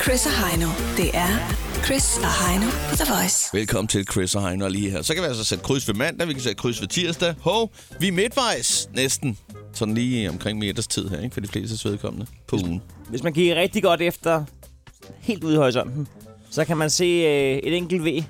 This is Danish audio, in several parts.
Chris og Heino. Det er Chris og Heino på The Voice. Velkommen til Chris og Heino lige her. Så kan vi altså sætte kryds ved mandag, vi kan sætte kryds ved tirsdag. Vi er midtvejs næsten. Sådan lige omkring middagstid her, ikke? For de fleste vedkommende på ugen. Hvis man kigger rigtig godt efter, helt ude i horisonten, så kan man se et enkelt V.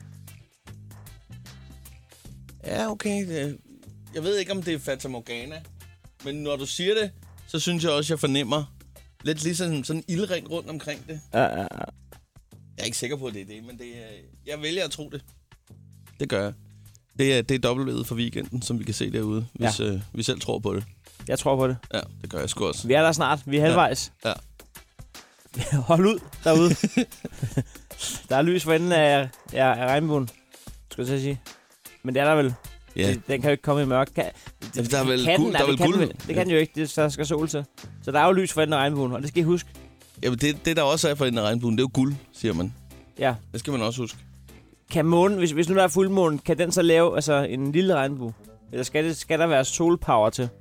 Ja, okay. Jeg ved ikke, om det er Fata Morgana. Men når du siger det, så synes jeg også, jeg fornemmer lidt ligesom sådan en ildring rundt omkring det. Jeg er ikke sikker på, at det er det, men jeg vælger at tro det. Det gør jeg. Det er dobbeltledet for weekenden, som vi kan se derude, hvis vi selv tror på det. Jeg tror på det. Ja, det gør jeg sgu også. Vi er der snart. Vi er halvvejs. Ja. Hold ud derude. Der er lys for enden af regnbuen, skal jeg sige. Men det er der vel. Ja. Den kan jo ikke komme i mørk. Der er vel guld. Det kan den jo ikke. Der skal sol til. Så der er jo lys for enden af regnbuen, og det skal I huske. Jamen, det der også er for enden af regnbuen, det er jo guld, siger man. Ja. Det skal man også huske. Kan månen, hvis nu der er fuldmåne, kan den så lave altså en lille regnbue? Eller skal der være solpower til?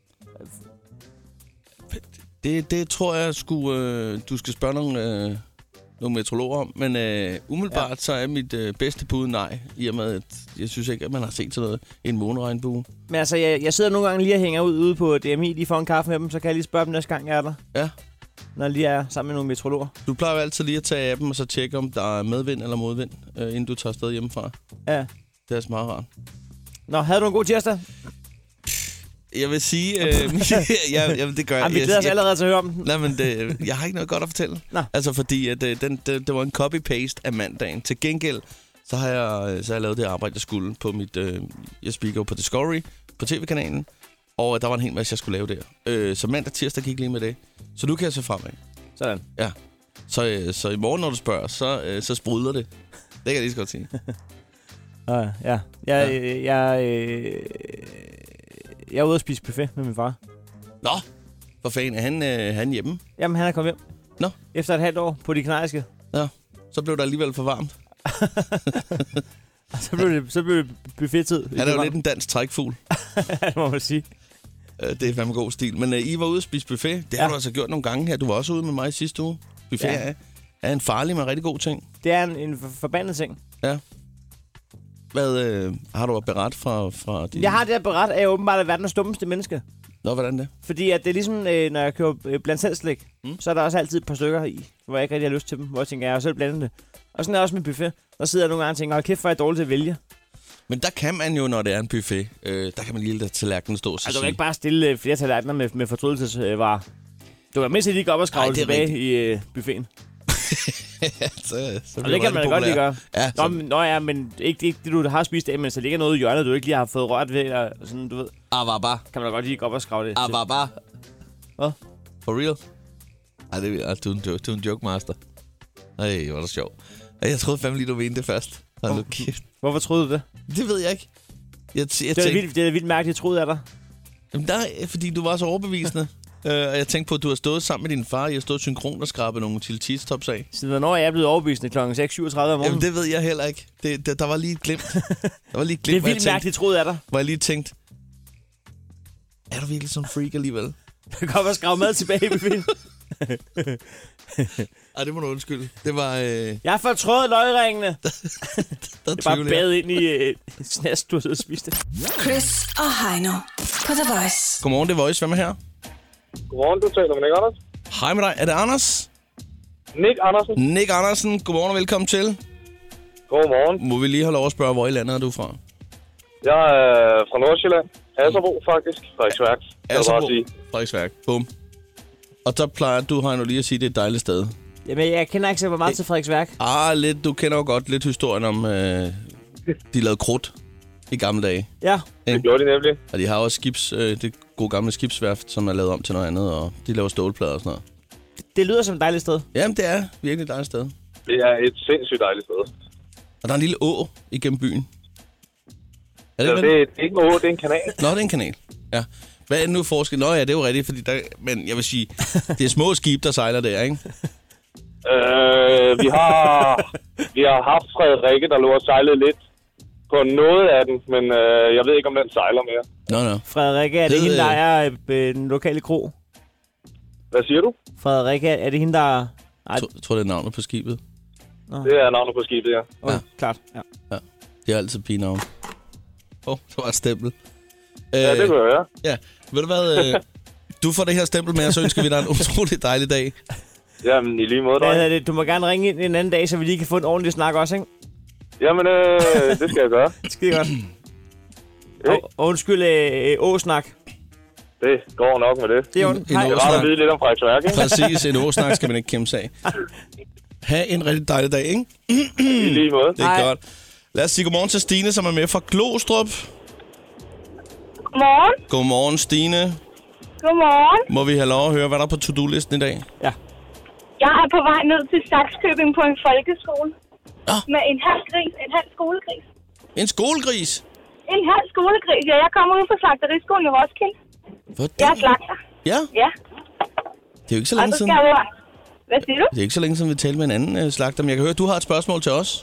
Det tror jeg du skal spørge nogle meteorologer om. Men umiddelbart så er mit bedste bud nej. I og med, at jeg synes ikke, at man har set sådan noget en måneregnbue. Men altså, jeg sidder nogle gange lige og hænger ud ude på DMI. De får en kaffe med dem, så kan jeg lige spørge dem næste gang, jeg er der. Ja. Når jeg lige er sammen med nogle meteorologer. Du plejer jo altid lige at tage appen og så tjekke, om der er medvind eller modvind, inden du tager afsted hjemmefra. Ja. Det er altså meget rart. Nå, havde du en god tirsdag? Jeg vil sige... det gør jeg. Vi glæder os allerede til at høre om den. Nej, men jeg har ikke noget godt at fortælle. Nå. Altså, fordi at, det var en copy-paste af mandagen. Til gengæld, så har jeg lavet det arbejde, jeg skulle på mit... jeg speaker på Discovery, på TV-kanalen. Og der var en hel masse, jeg skulle lave der. Så mandag tirsdag gik lige med det. Så nu kan jeg se fremad. Sådan. Ja. Så i morgen, når du spørger, så sprudler det. Det kan jeg lige så godt sige. Ja. Jeg er ude at spise buffet med min far. Nå, for fanden. Er han hjemme? Jamen, han er kommet hjem. Nå. Efter et halvt år på de kanariske. Ja, så blev der alligevel for varmt. så blev det buffet-tid. Han er jo lidt en dansk trækfugl. Det må man sige. Det er fandme god stil. Men I var ude at spise buffet. Det har du altså gjort nogle gange her. Du var også ude med mig sidste uge. Buffet er en farlig, men rigtig god ting. Det er en forbandet ting. Ja. Hvad har du beret fra din... Jeg har det her beret, at jeg åbenbart er verdens dummeste menneske. Nå, hvordan det? Fordi at det er ligesom, når jeg køber blandt selv slik, så er der også altid et par stykker i, hvor jeg ikke rigtig har lyst til dem. Hvor jeg tænker, jeg har selv blandet det. Og sådan er det også med buffet. Der sidder jeg nogle gange og tænker, hold kæft, hvor er jeg dårlig til at vælge. Men der kan man jo, når det er en buffet, der kan man lige lade tallerkenen stå. Altså, du kan ikke bare stille flere tallerkener med fortrydelsesvarer. Du kan mindst lige gå op og skrave tilbage i buffeten. så og det kan man da godt lige gøre. Ja, Nå ja, men ikke det, du har spist af, men så ligger noget i hjørnet, du ikke lige har fået rørt ved, eller sådan, du ved. Avaba. Kan man da godt lige gå op og skrave det. Avaba. Hvad? For real? Ej, du er en joke master. Ej, hvor er det sjovt. Jeg troede fandme lige, du mente det først. Hvorfor troede du det? Det ved jeg ikke. Det er vildt mærkeligt, jeg troede af dig. Jamen, fordi du var så overbevisende. Og jeg tænkte på, at du har stået sammen med din far. I har stået synkron og skrabet nogle chili cheese tops af. Siden hvornår er jeg blevet overbevisende kl. 6:37 om morgenen? Jamen, det ved jeg heller ikke. Der var lige et glimt. Det er vildt mærkeligt, troede af dig. Hvor jeg lige tænkte, er du virkelig sådan en freak alligevel? Du kan bare skrave mad tilbage i buffeten. Ej, det må du undskylde. Det var... Jeg har fortrøjet løgringene. Det er bare badet ind i snæst, du har siddet og spist det. Chris og Heino på The Voice. Godmorgen, det er Voice. Hvem er her? Godmorgen, du taler med Nick Anders. Hej med dig. Er det Anders? Nick Andersen. Nick Andersen. Godmorgen og velkommen til. Godmorgen. Må vi lige have lov at spørge, hvor i landet er du fra? Jeg er fra Nordsjælland. Asserbo, faktisk. Frederiksværk. Asserbo. Frederiksværk. Bum. Og så plejer du, Heino, lige at sige, at det er et dejligt sted. Jamen, jeg kender ikke så meget til Frederiksværk. Lidt. Du kender jo godt lidt historien om, de lavede krudt i gamle dage. Ja. Det gjorde de nemlig. Og de har også det gode gamle skibsværft, som er lavet om til noget andet, og de laver stålplader og sådan noget. Det lyder som et dejligt sted. Jamen, det er virkelig et dejligt sted. Det er et sindssygt dejligt sted. Og der er en lille å igennem byen. Er det, det er ikke en å, det er en kanal. Nå, det er en kanal. Ja. Hvad er det nu forskel? Nå ja, det er jo rigtigt, fordi men jeg vil sige, det er små skib, der sejler der, ikke? Vi har haft Frederikke, der lå og sejlede lidt på noget af den, men jeg ved ikke, om den sejler mere. Nå. Frederikke, er det hende, der er den lokale kro? Hvad siger du? Frederikke, er det hende, der Jeg tror, det er navnet på skibet. Det er navnet på skibet, ja. Ja, klart. Ja. Det er altid pigenavn. Det var et stempel. Ja, det kunne jeg høre. Ja, ved du hvad? Du får det her stempel med, og så ønsker vi dig en utrolig dejlig dag. Jamen, i lige måde, dreng. Du må gerne ringe ind en anden dag, så vi lige kan få en ordentlig snak også, ikke? Jamen, det skal jeg gøre. Skide godt. Og undskyld, åsnak. Det går nok med det. Det er ondt. Det er rart at vide lidt om Frederiksværk, ikke? Præcis, en åsnak skal man ikke kæmpe sig af. Ha' en rigtig dejlig dag, ikke? I lige måde. Det er godt. Lad os sige godmorgen til Stine, som er med fra Glostrup. Godmorgen. Godmorgen, Stine. Godmorgen. Må vi have lov at høre, hvad der er på to-do-listen i dag? Ja. Jeg er på vej ned til Sakskøbing på en folkeskole. Med en halv skolegris. En skolegris? En halv skolegris, ja. Jeg kommer ud fra slagteriskolen i Roskilde. Hvordan? Jeg er slagter. Ja? Ja. Det er jo ikke så Og længe så siden. skal jeg... Hvad siger du? Det er ikke så længe siden, vi talte med en anden slagter, men jeg kan høre, at du har et spørgsmål til os.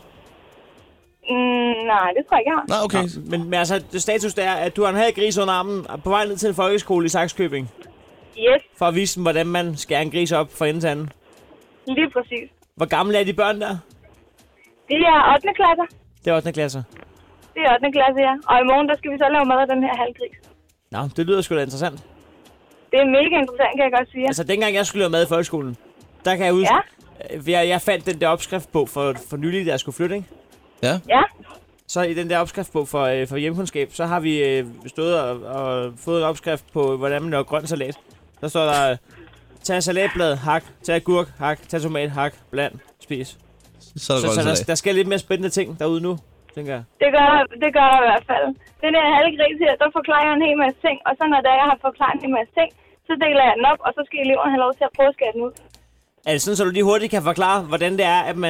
Nej, det tror jeg ikke, jeg har. Nej, okay. Men altså, det status der er, at du har en halv gris under armen på vej ned til en folkeskole i Sakskøbing. Yes, For at vise dem, hvordan man skærer en gris op fra ende til anden. lige præcis. Hvor gamle er de børn der? Det er 8. klasser. Det er 8. klasser. Det er 8. klasse, ja. Og i morgen, der skal vi så lave mad af den her halvgris. Nå, det lyder sgu da interessant. Det er mega interessant, kan jeg godt sige. Altså, dengang jeg skulle lave mad i folkeskolen, der kan jeg huske... Ja. Jeg fandt den der opskriftbog for nylig, da jeg skulle flytte, ikke? Ja. Ja. Så i den der opskriftbog for hjemkundskab, så har vi stået og fået en opskrift på, hvordan man laver grøn salat. Der står der, tag salatblad, hak, tag agurk, hak, tag tomat, hak, bland, spis. Så er der grøn Så salat. der sker lidt mere spændende ting derude nu, tænker jeg. Det gør der i hvert fald. Den her halvgris her, der forklarer jeg en hel masse ting. Og så når jeg har forklaret en hel masse ting, så deler jeg den op, og så skal eleverne have lov til at prøve at skære den ud. Er det sådan, så du lige hurtigt kan forklare, hvordan det er, at man...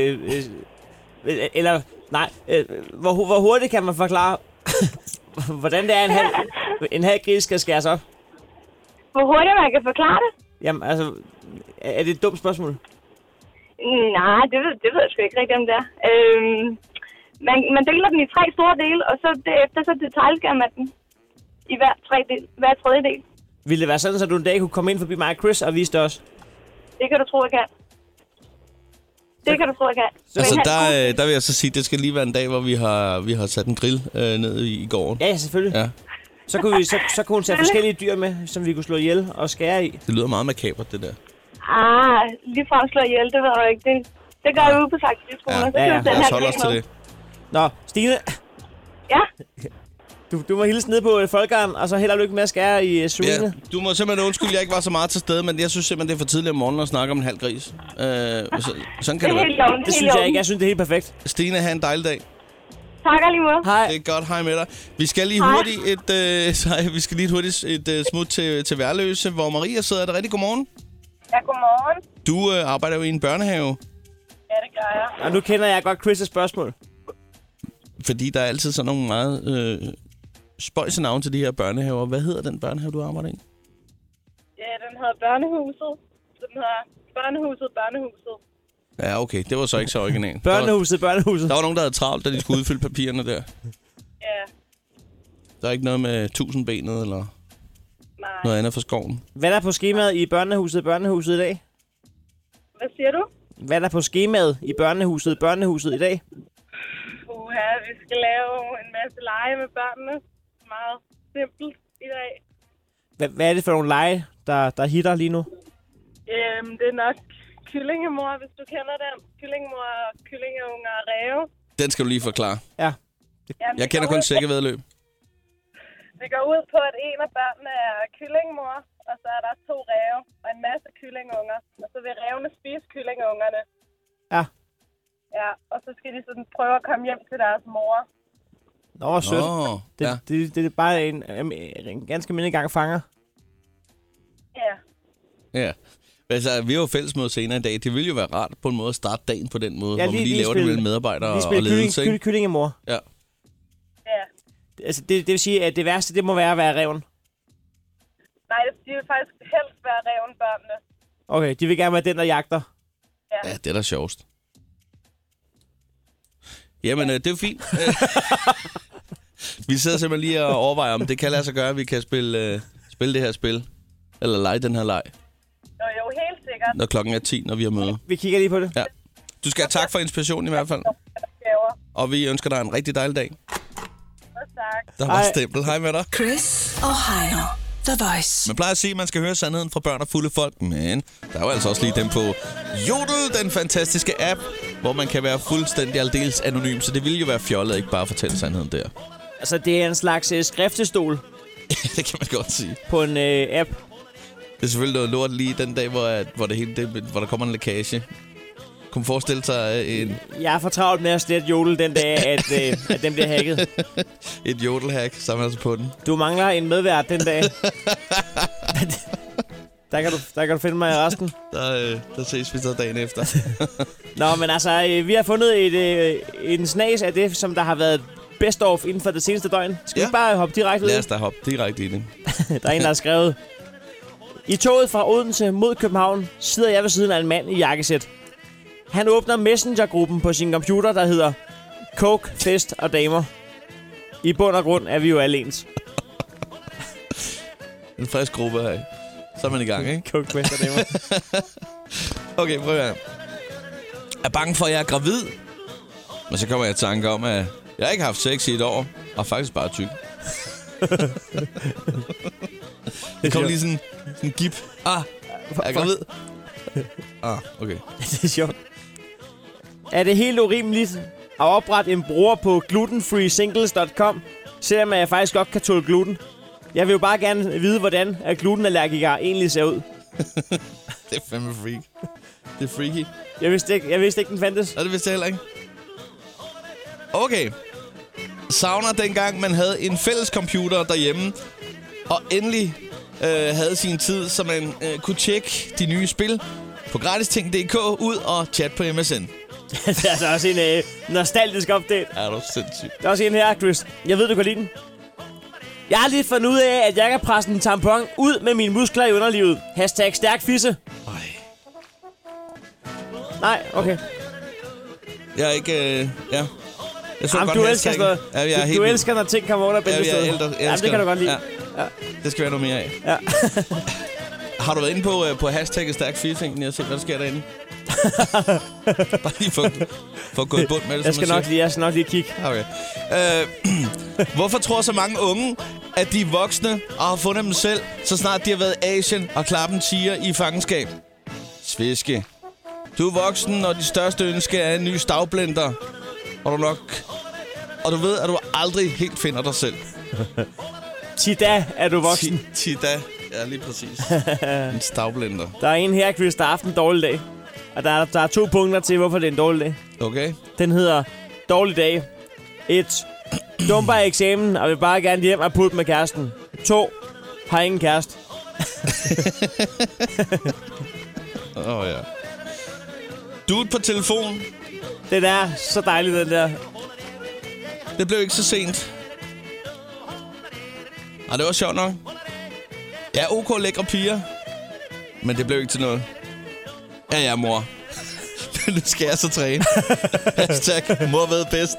hvor hurtigt kan man forklare, hvordan det er, en halv gris skal skæres op? Hvor hurtigt man kan forklare det? Jamen, altså... Er det et dumt spørgsmål? Nej, det ved jeg sgu ikke rigtig om det er. Man deler den i 3 store dele, og så derefter så detaljskærer man den i hver tredje del. Ville det være sådan, at du en dag kunne komme ind forbi mig og Chris og vise det os? Det kan du tro, jeg kan. Det kan du tro, jeg kan. Altså, der vil jeg så sige, at det skal lige være en dag, hvor vi har sat en grill ned i gården. Ja, selvfølgelig. Ja. Så kunne hun tage forskellige dyr med, som vi kunne slå ihjel og skære i. Det lyder meget makabert, det der. Ligefrem slå ihjel, det ved jeg ikke. Det gør jeg ude på slagteriskolen. Ja. Lad os holde os til det. Nå, Stine. Ja? Du må hilse ned på folkeren, og så held og lykke med at skære i suine. Ja, du må simpelthen undskylde, at jeg ikke var så meget til stede, men jeg synes simpelthen, det er for tidligt om morgenen at snakke om en halv gris. Sådan kan det være. Det synes jeg ikke. Jeg synes, det er helt perfekt. Stine, have en dejlig dag. Tak alligevel. Hej. Det er godt, hej med dig. Vi skal lige hurtigt et smut til Værløse, hvor Maria sidder. Er det rigtig godmorgen? Ja, godmorgen. Du arbejder jo i en børnehave. Ja, det gør jeg. Og nu kender jeg godt Chris' spørgsmål. Fordi der er altid sådan nogle meget spøjse navne til de her børnehaver. Hvad hedder den børnehave, du arbejder i? Ja, den hedder Børnehuset. Den hedder Børnehuset. Ja, okay. Det var så ikke så originalt. Børnehuset. Der var nogen, der havde travlt, da de skulle udfylde papirerne der. Ja. Der er ikke noget med 1000-benet eller noget andet for skoven. Hvad er der på skemaet i børnehuset i dag? Hvad siger du? Hvad er der på skemaet i børnehuset i dag? Vi skal lave en masse lege med børnene. Meget simpelt i dag. Hvad er det for nogle lege, der hitter lige nu? Det er nok kyllingemor, hvis du kender den. Kyllingemor, kyllingeunger og ræve. Den skal du lige forklare. Ja. Jamen, Jeg kender kun sækkevedløb. Det går ud på, at en af børnene er kyllingmor, og så er der 2 ræve og en masse kyllingunger. Og så vil rævene spise kyllingungerne. Ja. Ja, og så skal de sådan prøve at komme hjem til deres mor. Nå, sødt. Det er bare en ganske almindelig gang fanger. Ja. Ja. Altså, vi har jo fællesmøde senere i dag. Det ville jo være rart på en måde at starte dagen på den måde, Ja, hvor man lige laver det mellem medarbejdere og ledelse, ikke? Kyllingemor. Ja. Ja. Altså, det vil sige, at det værste, det må være at være ræven. Nej, de vil faktisk helst være ræven, børnene. Okay, de vil gerne være den, der jagter. Ja, det er da sjovest. Jamen, det er jo fint. Vi sidder simpelthen lige og overvejer, om det kan lade sig gøre, at vi kan spille det her spil. Eller lege den her leg. Jo, helt sikkert. lækkert. når klokken er 10, når vi har møde. Vi kigger lige på det. Ja. Du skal have tak for inspirationen i hvert fald. Og vi ønsker dig en rigtig dejlig dag. Tak. Der var stempel. Hej med dig. Chris og Heino. The Voice. Man plejer at sige, at man skal høre sandheden fra børn og fulde folk, men der er jo altså også lige dem på Jodel, den fantastiske app, hvor man kan være fuldstændig aldeles anonym, så det ville jo være fjollet at ikke bare fortælle sandheden der. Altså, det er en slags skriftestol Det kan man godt sige. på en app. Det er selvfølgelig noget lort lige den dag, hvor der kommer en lækage. Kunne man forestille sig en... Jeg er for travlt med at slette Jodel den dag, at den bliver hacket. Et jodelhack, samler altså på den. Du mangler en medvært den dag. Der kan du finde mig i resten. Der ses vi så dagen efter. Nå, men altså, vi har fundet en snas af det, som der har været best of inden for det seneste døgn. Skal vi bare hoppe direkte ud? Lad os da hoppe direkte i det. Der er en, der har skrevet: I toget fra Odense mod København sidder jeg ved siden af en mand i jakkesæt. Han åbner Messenger-gruppen på sin computer, der hedder Coke, Fest og Damer. I bund og grund er vi jo alle ens. En frisk gruppe her. Så er man i gang, ikke? Coke, Fest og Damer. Okay, prøv at høre. Er bange for, at jeg er gravid? Men så kommer jeg i tanke om, at jeg ikke har haft sex i et år, og faktisk bare tyk. Det kom lige sådan en gip. Er jeg gravid? Okay. Det er sjovt. Er det helt urimeligt at oprette en bruger på glutenfreesingles.com, selvom jeg faktisk godt kan tåle gluten? Jeg vil jo bare gerne vide, hvordan glutenallergikere egentlig ser ud. Det er fandme freak. Det er freaky. Jeg vidste ikke, den fandtes. Og det vidste jeg heller ikke. Okay. Savner dengang, man havde en fælles computer derhjemme, og endelig havde sin tid, så man kunne tjekke de nye spil på gratisting.dk ud og chat på MSN. Det er altså også en nostalgisk update. Er du sindssygt. Der er også en her, Chris. Jeg ved, du kan lide den. Jeg har lige fundet ud af, at jeg kan presse en tampon ud med mine muskler i underlivet. #stærk fisse. Nej, okay. Jeg er ikke... Ja. Jeg så Jamen, godt du elsker sådan noget. Du elsker, når ting kommer under bæltestedet. Ja, det kan du godt lide. Ja. Det skal være noget mere af. Ja. Har du været inde på hashtagget stærk fisse, egentlig, og set, hvad der sker derinde? Bare lige for at gå i bund med det, jeg skal nok lige kigge. Okay. Hvorfor tror så mange unge, at de er voksne og har fundet dem selv, så snart de har været i Asien og klappen tiger i fangenskab? Sviske. Du er voksen, og dit største ønske er en ny stavblender. Og du ved, at du aldrig helt finder dig selv. Tida er du voksen. Tida. Ja, lige præcis. En stavblender. Der er en her, Chris, der har haft en dårlig dag. Og der er 2 punkter til, hvorfor det er en dårlig dag. Okay. Den hedder dårlig dag. 1. Dumper i eksamen og vil bare gerne hjem og putte med kæresten. 2. Har ingen kæreste. Ja. Dude på telefon. Den er så dejlig, den der. Det blev ikke så sent. Det var sjovt nok. Ja, OK lækre piger. Men det blev ikke til noget. Ja, mor. Nu skal jeg så træne. Hashtag mor ved bedst.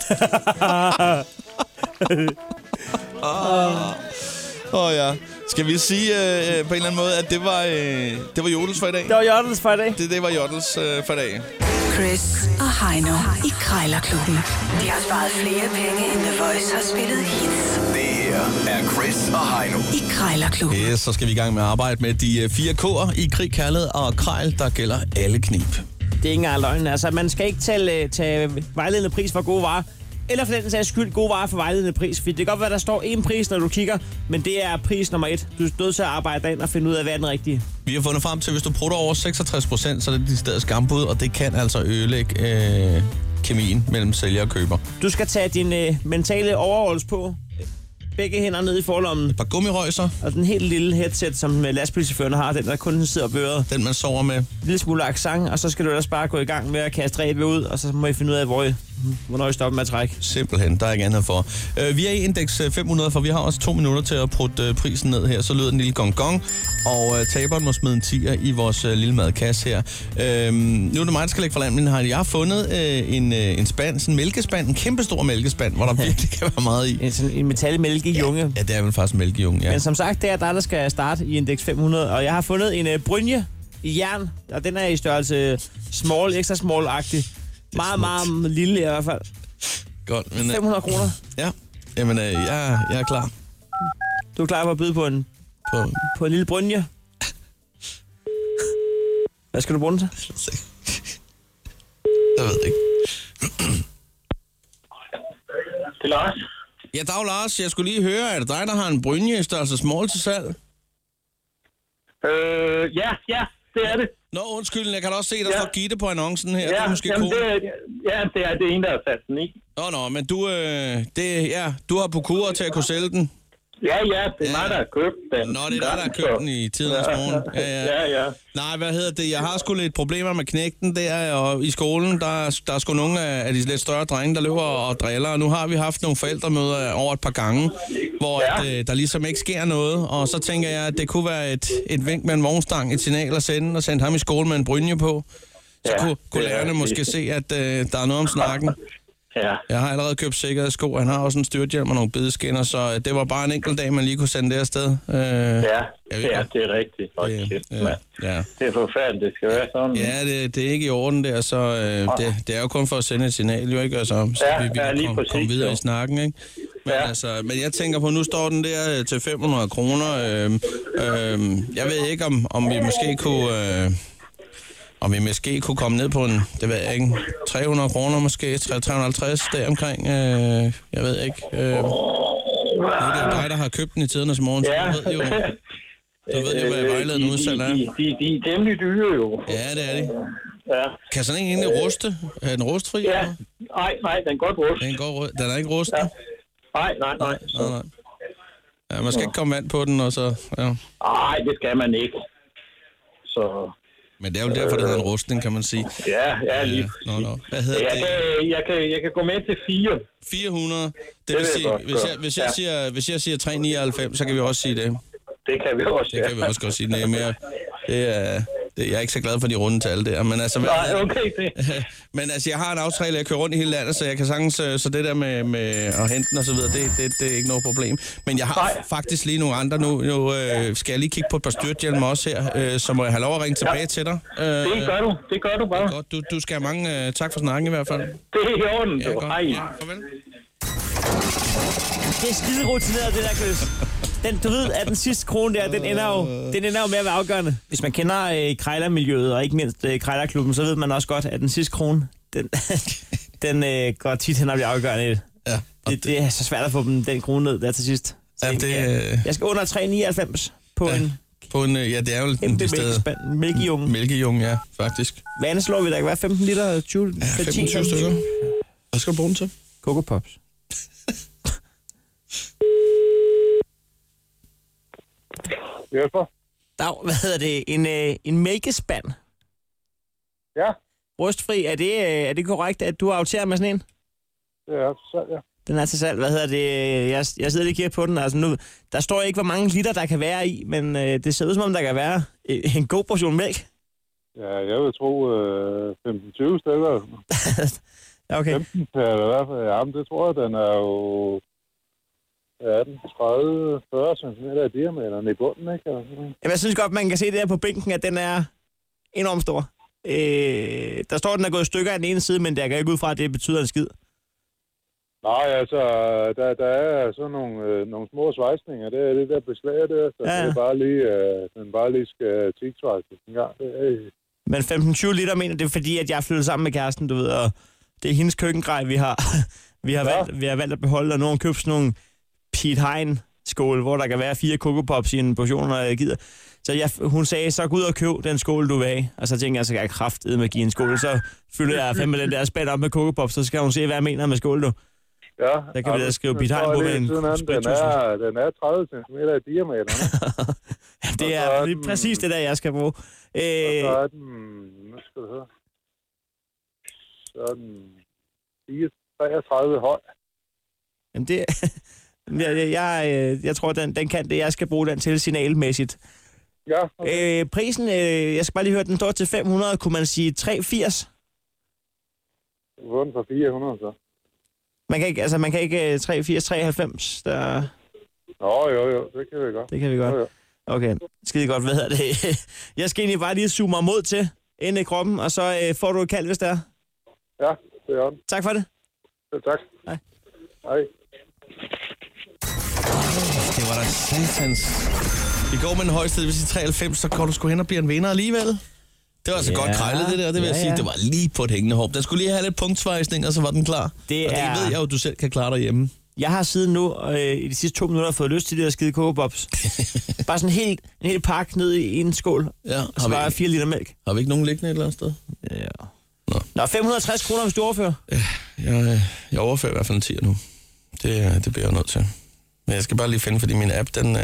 Ja. Skal vi sige på en eller anden måde, at det var Jodels for i dag? Det var Jodels for i dag. Det var Jodels for i dag. Chris og Heino i Krejlerklubben. De har sparet flere penge, end The Voice har spillet hits. Det her er Chris og Heino i Krejlerklubben. Yes, så skal vi i gang med at arbejde med de 4 K'er i krig, kærlighed og krejl, der gælder alle knib. Det er ikke engang løgn. Altså, man skal ikke tage vejledende pris for gode varer. Eller for den sags skyld, gode varer for vejledende pris. For det kan godt være, der står en pris, når du kigger, men det er pris nummer 1. Du er nødt til at arbejde dig ind og finde ud af, hvad er den rigtige. Vi har fundet frem til, at hvis du prutter over 66%, så er det dit stedet skambud, og det kan altså ødelægge kemien mellem sælger og køber. Du skal tage din mentale overholds på. Begge hænder ned i forlommen. Et par gummirøjser. Og den helt lille headset, som lastbilchaufførerne har, den der kun sidder på øret. Den man sover med. En lille smule accent, og så skal du ellers bare gå i gang med at kaste ræbe ud, og så må I finde ud af, hvornår I stopper med at trække. Simpelthen, der er ikke andet for. Vi er i indeks 500, for vi har også 2 minutter til at putte prisen ned her. Så lyder den lille gong-gong, og taberen må smide en 10'er i vores lille madkasse her. Nu er det mig, der skal lægge fra land, men jeg har fundet en spand, sådan en mælkespand, en kæmpestor mælkespand, hvor der virkelig kan være meget i. En metalmælkejunge. Ja, det er vel faktisk en mælkejunge, ja. Men som sagt, det er der skal starte i indeks 500, og jeg har fundet en Brynje i jern, og den er i størrelse small, extra small-agtig. Meget, meget lille i hvert fald. Godt, men... 500 kroner. Ja, jamen jeg er klar. Du er klar på at byde på en lille brynje? Hvad skal du bruge den til? Jeg ved ikke. Det er Lars. Ja, dag Lars. Jeg skulle lige høre, er det dig, der har en brynje i størrelse small til salg? Ja, det er det. Nå, undskyld, jeg kan da også se, der står Gitte på annoncen her. Det er måske jamen, cool. det er en, der har sat den i. Nå, men du har på kur til at kunne sælge den. Ja, det er mig, der har købt den. Nå, det er dig, der har købt den i tidens morgen. Ja. Nej, hvad hedder det? Jeg har sgu lidt problemer med knægten der, og i skolen, der er sgu nogle af de lidt større drenge, der løber og driller, og nu har vi haft nogle forældremøder over et par gange, hvor der ligesom ikke sker noget, og så tænker jeg, at det kunne være et vink med en vognstang, et signal at sende, og sende ham i skole med en brynje på. Så kunne lærerne måske se, at der er noget om snakken. Ja. Jeg har allerede købt sikkerhedssko, han har også en styrthjelm og nogle bedeskinner, så det var bare en enkelt dag, man lige kunne sende det afsted. Det er rigtigt. Det er forfærdeligt, det skal være sådan. Ja, det er ikke i orden der, så det er jo kun for at sende et signal, jo ikke? Så vi kan komme videre i snakken, ikke? Men jeg tænker på, nu står den der til 500 kroner. Jeg ved ikke, om vi måske kunne... Om vi måske kunne komme ned på det ved jeg ikke, 300 kroner måske, 350 deromkring, jeg ved ikke. Nu er det jo dig, der har købt den i tidernes morgen, så du ved jo, hvad vejledende udsalg er. De er temmelig dyre jo. Ja, det er de. Ja. Kan sådan en egentlig ruste? Er den rustfri? Ja, nej, den er godt rust. Den er ikke rustet? Ja. Nej. Ja, man skal ikke komme vand på den, og så... Ja. Nej, det skal man ikke. Så... Men det er jo derfor, det hedder en rustning, kan man sige. Ja, lige. Nå. Hvad hedder det? Jeg kan gå med til 400. Det vil sige, hvis jeg siger 399, så kan vi også sige det. Det kan vi også, Det kan vi også godt sige. Nej, mere. Jeg er ikke så glad for de runde tal der, men altså... Nej, okay, det. Men altså, jeg har en aftale, jeg kører rundt i hele landet, så jeg kan sagtens... Så det der med at hente den og så videre, det er ikke noget problem. Men jeg har faktisk lige nogle andre nu. Nu skal jeg lige kigge på et par styrthjelme også her, så må jeg have lov at ringe tilbage til dig. Det gør du bare. Godt, du skal have mange tak for snakken i hvert fald. Det er i orden, ja, Hej. Ja, farvel. Det er skide rutineret, det der, Chris. Du ved, at den sidste krone der, den ender jo med at være afgørende. Hvis man kender krejlermiljøet, og ikke mindst krejlerklubben, så ved man også godt, at den sidste krone, den går tit hen og bliver afgørende i det. Ja, det er så svært at få den krone ned der til sidst. Jeg skal under 3,99 på en... Ja, det er jo en mælkejunge. Mælkejunge, ja, faktisk. Hvad andet slår vi? Der kan være 15 liter, 20, 15 stykker. Hvad skal du bruge den til? Coco Pops. Hjælper. Dag, hvad hedder det? En mælkespand? Ja. Rustfri, er det korrekt, at du afteret med sådan en? Det er til salg, ja. Den er til salg, hvad hedder det? Jeg sidder lige og kigger på den. Altså nu, der står ikke, hvor mange liter der kan være i, men det ser ud som om, der kan være en god portion mælk. Ja, jeg vil tro 15-20 stykker. Okay. 15 eller hvad for? Jamen, det tror jeg, den er jo 30-40 cm i diameteren i bunden, ikke? Jamen, jeg synes godt, man kan se det her på bænken, at den er enormt stor. Der står, at den er gået i stykker af den ene side, men der kan ikke ud fra, at det betyder en skid. Nej, altså, der er sådan nogle små svejsninger. Det er det der beslag der, så det er bare lige, den bare lige skal tiksvejses en gang. Men 15-20 liter mener det er fordi, at jeg er flyttet sammen med kæresten, du ved, og det er hendes køkkengrej, vi har valgt at beholde, og nu har hun købt sådan nogle Piet Hein skål, hvor der kan være 4 Coco Pops i en portion, når jeg gider. Så hun sagde, så gå ud og køb den skål, du vil have. Og så tænkte jeg, så kan jeg kraftedeme med at give en skål. Så fylder jeg med den der spand op med Coco Pops, så skal hun se, hvad jeg mener med skål, du. Ja. Der kan vi da skrive Piet Hein på med en sprittus. Den er 30 cm i diameter. Det er lige præcis det der, jeg skal bruge. Og så er den, nu skal du høre, så er den 33 høj. Jamen det... Jeg tror, den kan det. Jeg skal bruge den til signalmæssigt. Ja, okay. Prisen, jeg skal bare lige høre, den står til 500. Kunne man sige 380? Hvor den for 400, så? Man kan ikke 380, 390. Der... Jo, det kan vi godt. Det kan vi godt. Jo. Okay, skide godt. Hvad hedder det? Jeg skal egentlig bare lige zoome mig mod til ind i kroppen, og så får du et kald, hvis det er. Ja, det er on. Tak for det. Ja, tak. Hej. Hej. Det var da satans. Vi går med den højeste, det vil sige 93, så går du sgu hen og bliver en vinder alligevel. Det var altså godt krejlet, det der, det vil jeg sige. Det var lige på et hængende hop. Den skulle lige have lidt punktsvejsning, og så var den klar. Og det ved jeg jo, du selv kan klare derhjemme. Jeg har siden nu, i de sidste 2 minutter, fået lyst til de der skide kokobobs. Bare sådan en hel pakke ned i en skål. Ja, og så bare 4 liter mælk. Har vi ikke nogen liggende et eller andet sted? Ja. Nå, 560 kroner, hvis du overfører. Jeg overfører i hvert fald en 10 nu. Det bliver jeg nødt til. Men jeg skal bare lige finde, fordi min app, den...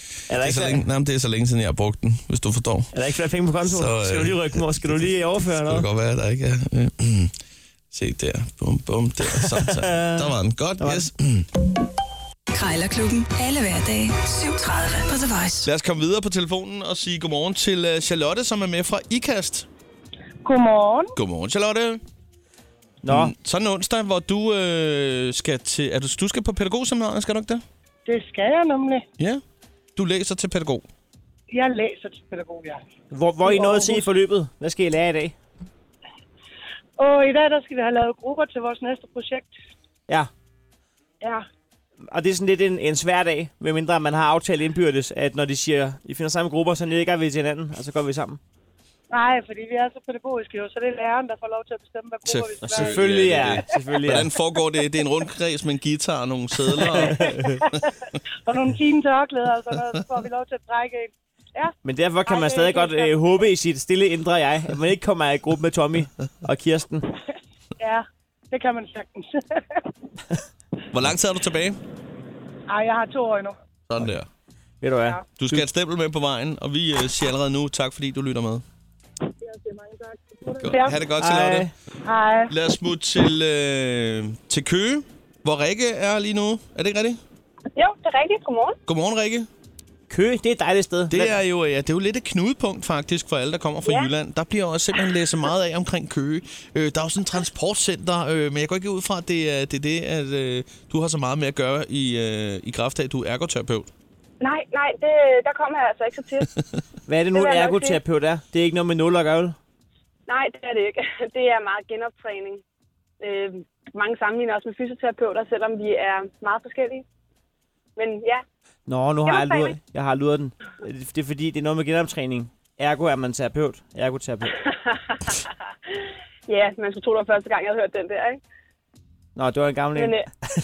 det er så længe siden, jeg har brugt den, hvis du forstår. Er der ikke flere penge på kontoen? Så, skal du lige rykke mig? Skal du lige overføre noget? Det kan godt være, der ikke er... Se der. Bum, der. Sådan. Der var den. Godt, yes. Krejlerklubben. Alle hverdage. 7:30 på The Voice. Lad os komme videre på telefonen og sige godmorgen til Charlotte, som er med fra IKAST. Godmorgen. Godmorgen, Charlotte. Nå. Sådan en onsdag, hvor du skal til... Du skal på pædagogseminaret, skal du ikke det? Det skal jeg nemlig. Ja. Du læser til pædagog. Jeg læser til pædagog, ja. Hvor er I nået til i forløbet? Hvad skal I lære i dag? Og i dag, der skal vi have lavet grupper til vores næste projekt. Ja. Ja. Og det er sådan lidt en svær dag, medmindre man har aftalt indbyrdes, at når de siger, I finder samme grupper, så lægger vi til hinanden, og så går vi sammen. Nej, fordi vi er så pædagogiske jo, så det er læreren, der får lov til at bestemme, hvad grupper vi skal være. Selvfølgelig, ja. Selvfølgelig, ja. Hvordan foregår det? Det er en rundkreds med en guitar og nogle sædler. Og nogle fine tørklæder og sådan noget, så får vi lov til at trække en. Ja. Men derfor kan man stadig godt håbe i sit stille indre jeg, at man ikke kommer i gruppe med Tommy og Kirsten. Ja, det kan man sagtens. Hvor lang tid er du tilbage? Ej, jeg har 2 år endnu. Sådan der. Ved du hvad? Du skal have et stempel med på vejen, og vi siger allerede nu tak, fordi du lytter med. Jeg siger mange tak. Godt. Ha' det godt, Charlotte. Hej. Lad os smutte til Køge, hvor Rikke er lige nu. Er det ikke rigtigt? Jo, det er rigtigt. Godmorgen. Godmorgen, Rikke. Køge, det er et dejligt sted. Det er jo lidt et knudepunkt faktisk for alle, der kommer fra Jylland. Der bliver også simpelthen læst meget af omkring Køge. Der er jo sådan et transportcenter, men jeg går ikke ud fra, at det er det, at du har så meget med at gøre i kraft af, at du er ergoterapeut. Nej, der kommer jeg altså ikke så tit. Hvad er det nu, en ergoterapeut er? Det er ikke noget med 0 at gøre? Nej, det er det ikke. Det er meget genoptræning. Mange sammenligner også med fysioterapeuter, selvom vi er meget forskellige. Men ja. Nå, nu har jeg har luret den. Det er fordi, det er noget med genoptræning. Ergo er man terapeut. Ergoterapeut. Ja, man skulle tro, det var første gang, jeg havde hørt den der, ikke? Nå, det var en gammel en. Men,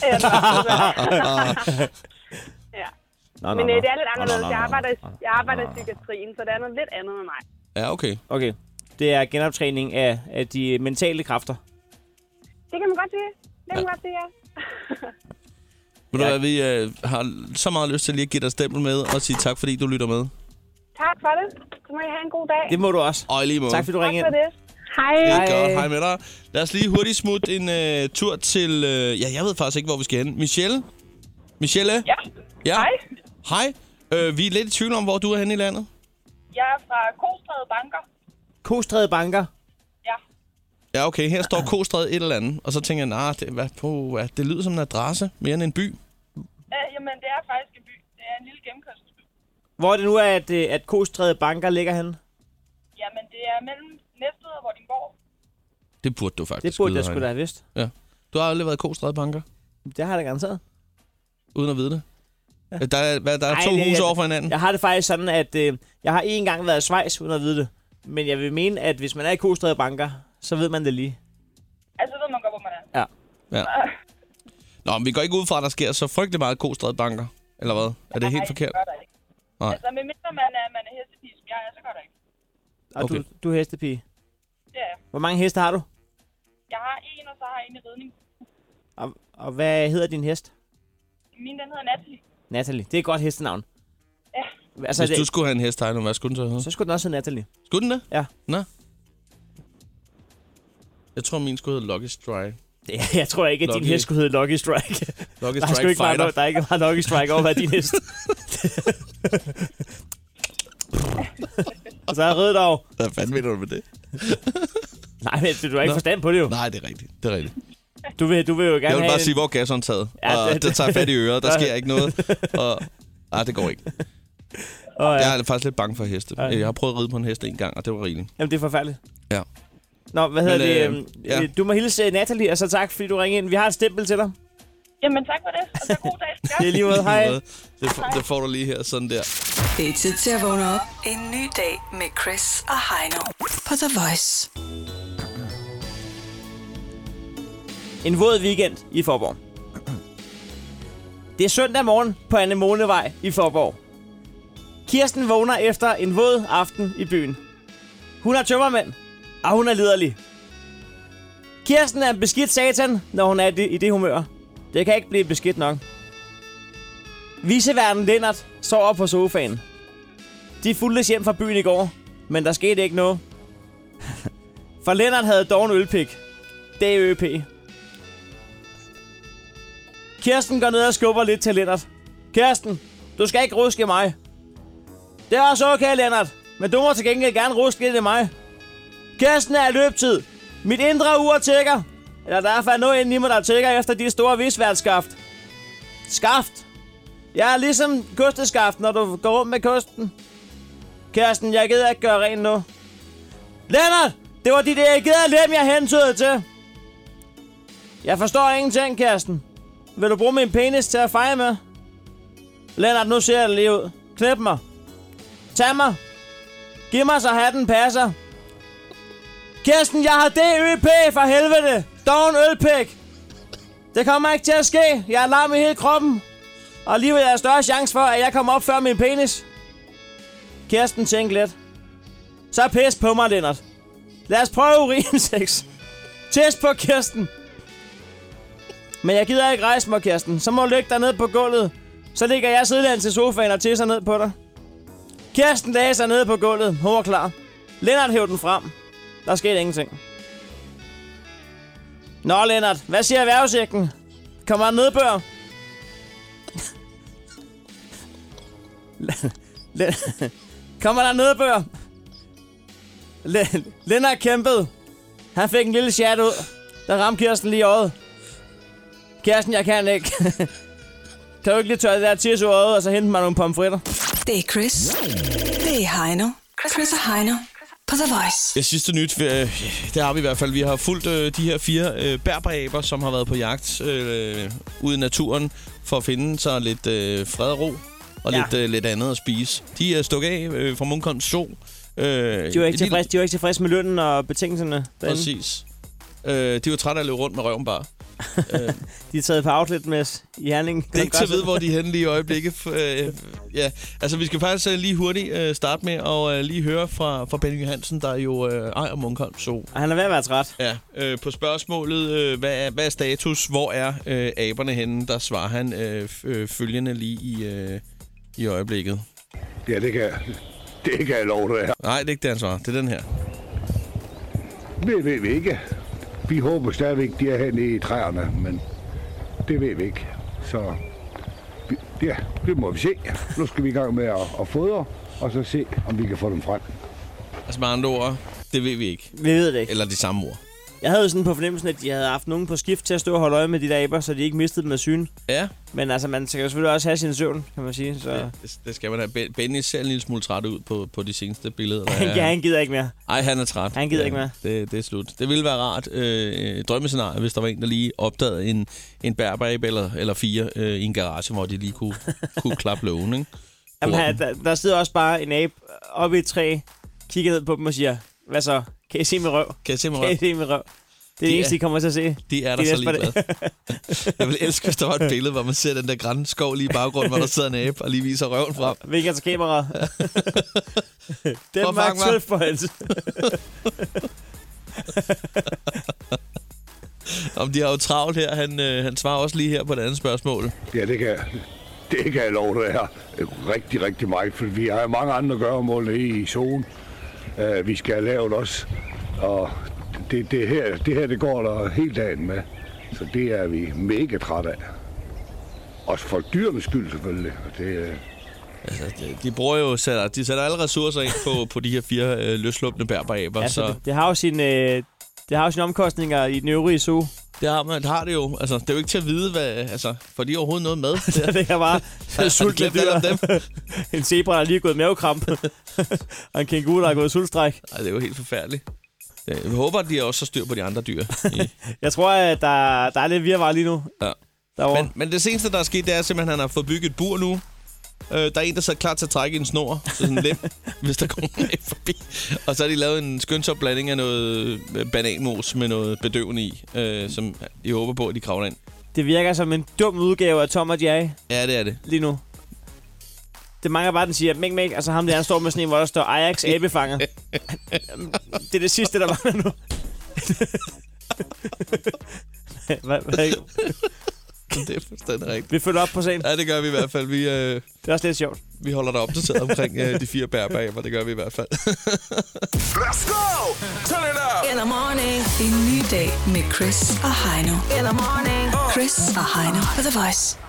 Men det er lidt anderledes. Jeg arbejder i psykiatrien, så det er noget lidt andet med mig. Ja, okay. Okay. Det er genoptræning af de mentale kræfter. Det kan man godt sige. Ja. Ved du hvad, vi har så meget lyst til lige at give dig stempel med og sige tak, fordi du lytter med. Tak for det. Så må I have en god dag. Det må du også. Og i lige måde. Tak fordi du ringede ind. Tak for det. Hej. Det er godt. Hej med dig. Lad os lige hurtigt smutte en tur til... jeg ved faktisk ikke, hvor vi skal hen. Michelle? Ja. Hej. Vi er lidt i tvivl om, hvor du er henne i landet. Jeg er fra Kostræde Banker. Kostræde Banker? Ja. Ja, okay. Her står Kostræde et eller andet. Og så tænker jeg, det lyder som en adresse mere end en by. Jamen, det er faktisk en by. Det er en lille gennemkørselsby. Hvor er det nu, at Kostræde Banker ligger henne? Jamen, det er mellem Næstved og Vordingborg. Det burde du faktisk Det burde jeg sgu da have vidst. Ja. Du har aldrig været i Kostræde Banker? Det har jeg da garanteret. Uden at vide det? Ja. Der er 2 huse over for hinanden? Jeg har det faktisk sådan, at jeg har en gang været i Schweiz, uden at vide det. Men jeg vil mene, at hvis man er i Kostræde Banker, så ved man det lige. Altså, ved man godt, hvor man er. Ja. Nå, men vi går ikke ud fra, at der sker så frygtelig meget Kostræde Banker. Eller hvad? Er det helt forkert? Nej, det gør der ikke. Nej. Altså, medmindre man er hestepige, som jeg er, så gør der ikke. Og okay. Du er hestepige? Det er jeg. Hvor mange heste har du? Jeg har en, og så har jeg en i ridning. Og hvad hedder din hest? Min, den hedder Natalie. Natalie. Det er et godt hestenavn. Ja. Altså, hvis du skulle have en hest, Heino, hvad skulle den så hedde? Så skulle den også hedde Natalie. Skulle den det? Ja. Nå. Jeg tror, min skulle hedde Lucky Strike. Jeg tror ikke, at din hest skulle hedde Lucky Strike. Lucky Strike Fighter. Der er ikke meget Lucky Strike over, hvad din hest. Og så har jeg reddet dog. Hvad fanden mener du med det? Nej, men du har ikke forstand på det jo. Nej, det er rigtigt. Det er rigtigt. Du vil jo gerne Jeg vil bare sige, hvor gashåndtaget. Ja, og det tager fat i øret. Der sker ikke noget. Og det går ikke. Jeg er faktisk lidt bange for heste. Jeg har prøvet at ride på en hest en gang, og det var rigeligt. Jamen, det er forfærdeligt. Ja. Nå, hvad hedder det? Du må hilse Natalie, og så tak, fordi du ringer ind. Vi har et stempel til dig. Jamen, tak for det. Og så god dag. Det er lige måde. Hej. Det får du lige her, sådan der. Det er tid til at vågne op. En ny dag med Chris og Heino på The Voice. En våd weekend i Faaborg. Det er søndag morgen på Anemonevej i Faaborg. Kirsten vågner efter en våd aften i byen. Hun har tømmermænd, og hun er liderlig. Kirsten er en beskidt satan, når hun er i det humør. Det kan ikke blive beskidt nok. Viceværten Lennart sover på sofaen. De fulgtes hjem fra byen i går, men der skete ikke noget. For Lennart havde dog en ølpik. DØP. Kirsten går ned og skubber lidt til Lennart. Kirsten, du skal ikke ruske mig. Det er også okay, Lennart, men du må til gengæld gerne ruske lidt i mig. Kirsten er løbetid. Mit indre ur tækker. Eller der er faktisk noget inde i mig, der tækker efter de store visværdsskaft. Skaft. Jeg er ligesom kosteskaft, når du går rundt med kosten. Kirsten, jeg gider ikke gøre rent nu. Lennart, det var de derigerede lem, jeg hentydede til. Jeg forstår ingenting, Kirsten. Vil du bruge min penis til at feje med? Lennart, nu ser det lige ud. Knip mig. Tag mig. Giv mig så hatten passer. Kirsten, jeg har DØP for helvede. Dog en ølpik. Det kommer ikke til at ske. Jeg er larm i hele kroppen. Og alligevel er der større chance for, at jeg kommer op før min penis. Kirsten, tænk lidt. Så pis på mig, Lennart. Lad os prøve urinsex. Test på Kirsten. Men jeg gider ikke rejse mig, Kirsten. Så må du ligge dig ned på gulvet. Så ligger jeg sidelæns til sofaen og tisser ned på dig. Kirsten lagde sig ned på gulvet. Hun var klar. Lennart hævde den frem. Der skete ingenting. Nå, Lennart. Hvad siger vejrudsigten? Kommer der nedbør? Kommer der nedbør? Lennart kæmpede. Han fik en lille chat ud. Der ramte Kirsten lige i øjet. Kirsten, jeg kan ikke. Kan du ikke lige tørre det der tisse ud af øjet, og så hente mig nogle pomfritter? Det er Chris. Det er Heino. Chris og Heino på The Voice. Det sidste nyt, det har vi i hvert fald. Vi har fulgt de her 4 berberaber, som har været på jagt ude i naturen for at finde sig lidt fred og ro og lidt andet at spise. De er stukket af fra Munkholms Zoo. De var ikke tilfredse med lønnen og betingelserne derinde. Præcis. De var trætte af at løbe rundt med røven bare. De er taget på outlet med i Herning. Det er ikke til at vide, hvor de er henne lige i øjeblikket. Ja, altså vi skal faktisk lige hurtigt starte med at lige høre fra Benny Johansen, der jo ejer Munkholms Zoo. Han er ved at være træt. Ja, på spørgsmålet, hvad er status, hvor er aberne henne, der svarer han følgende lige i øjeblikket. Ja, det kan jeg love dig. Nej, det er ikke det, han svarer. Det er den her. Det ved vi ikke. Vi håber stadigvæk, de er hernede i træerne, men det ved vi ikke. Så ja, det må vi se. Nu skal vi i gang med at fodre, og så se, om vi kan få dem frem. Altså med andre ord, det ved vi ikke. Vi ved det ikke. Eller de samme ord. Jeg havde jo sådan på fornemmelsen, at de havde haft nogen på skift til at stå og holde øje med de der aber, så de ikke mistede dem af syne. Ja. Men altså, man skal jo selvfølgelig også have sin søvn, kan man sige. Så. Ja, det skal man have. Benny ser en lille smule træt ud på de seneste billeder. Ja, han gider ikke mere. Ej, han er træt. Han gider ikke mere. Det er slut. Det ville være rart. Drømmescenarie, hvis der var en, der lige opdagede en berberabe eller 4 i en garage, hvor de lige kunne klappe lågen, ikke? Jamen, der sidder også bare en abe oppe i et træ, kigger ned på dem og siger, hvad så? Kan I se med røv? Kan I se med røv? Det er det eneste, I kommer til at se. De er der så ligeglade. Jeg vil elske, hvis der var et billede, hvor man ser den der grønne skov lige i baggrunden, hvor der sidder en abe og lige viser røven frem. Hvilket altså kameraet. Danmark 12 points. Om de har jo travlt her. Han svarer også lige her på et andet spørgsmål. Ja, det kan jeg love dig her. Rigtig, rigtig meget, for vi har mange andre gøremål nede i zonen. Vi skal have lavet også, og det her, det går der hele dagen med. Så det er vi mega trætte af. Også for dyrenes skyld selvfølgelig. Altså, de bruger jo de sætter alle ressourcer ind på de her 4 løsluppende berberaber. Altså, så det har jo sine omkostninger i den øvrige zoo. Det har det jo. Altså, det er jo ikke til at vide, hvad... Altså, får de overhovedet noget med? Det er bare sultne dyr. En zebra, der lige er gået mavekramp. Og en kænguru, der er gået sultstræk. Ej, det er jo helt forfærdeligt. Jeg håber, at de også har styr på de andre dyr. Jeg tror, at der er lidt virvar lige nu. Ja. Men det seneste, der er sket, det er simpelthen, at han har fået bygget et bur nu. Der er en, der så klar til at trække en snor, så sådan lem, hvis der kommer en forbi. Og så har de lavet en skønsom blanding af noget bananmos med noget bedøvende i, som jeg håber på, at de kravler ind. Det virker som en dum udgave af Tom og Jerry. Ja, det er det. Lige nu. Det mange bare, den siger, mæng, altså ham der, han står med sådan en, hvor der står Ajax abefanger. Det er det sidste, der var nu. Hvad? Det er fuldstændig rigtigt. Vi følger op på sagen. Ja, det gør vi i hvert fald. Det er også lidt sjovt. Vi holder dig opdateret omkring de 4 bærbager, det gør vi i hvert fald. Let's go! Turn it up! In the morning. En ny dag med Chris og Heino. In the morning. Chris og Heino på The Voice.